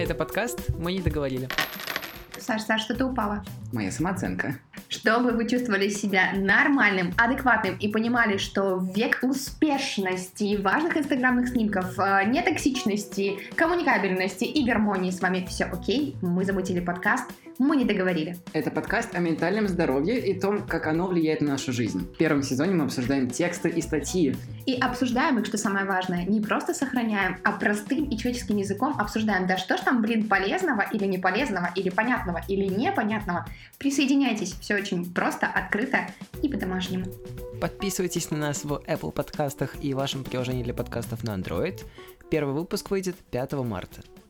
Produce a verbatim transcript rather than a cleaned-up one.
Это подкаст «Мы не договорили». Саш, Саш, что-то упало. Моя самооценка. Чтобы вы чувствовали себя нормальным, адекватным и понимали, что в век успешности, важных инстаграмных снимков, нетоксичности, коммуникабельности и гармонии с вами все окей, мы замутили подкаст «Мы не договорили». Это подкаст о ментальном здоровье и том, как оно влияет на нашу жизнь. В первом сезоне мы обсуждаем тексты и статьи. И обсуждаем их, что самое важное, не просто сохраняем, а простым и человеческим языком обсуждаем, да что ж там, блин, полезного или не полезного, или понятного, или непонятного. Присоединяйтесь, все очень просто, открыто и по-домашнему. Подписывайтесь на нас в Apple подкастах и вашем приложении для подкастов на Android. Первый выпуск выйдет пятого марта.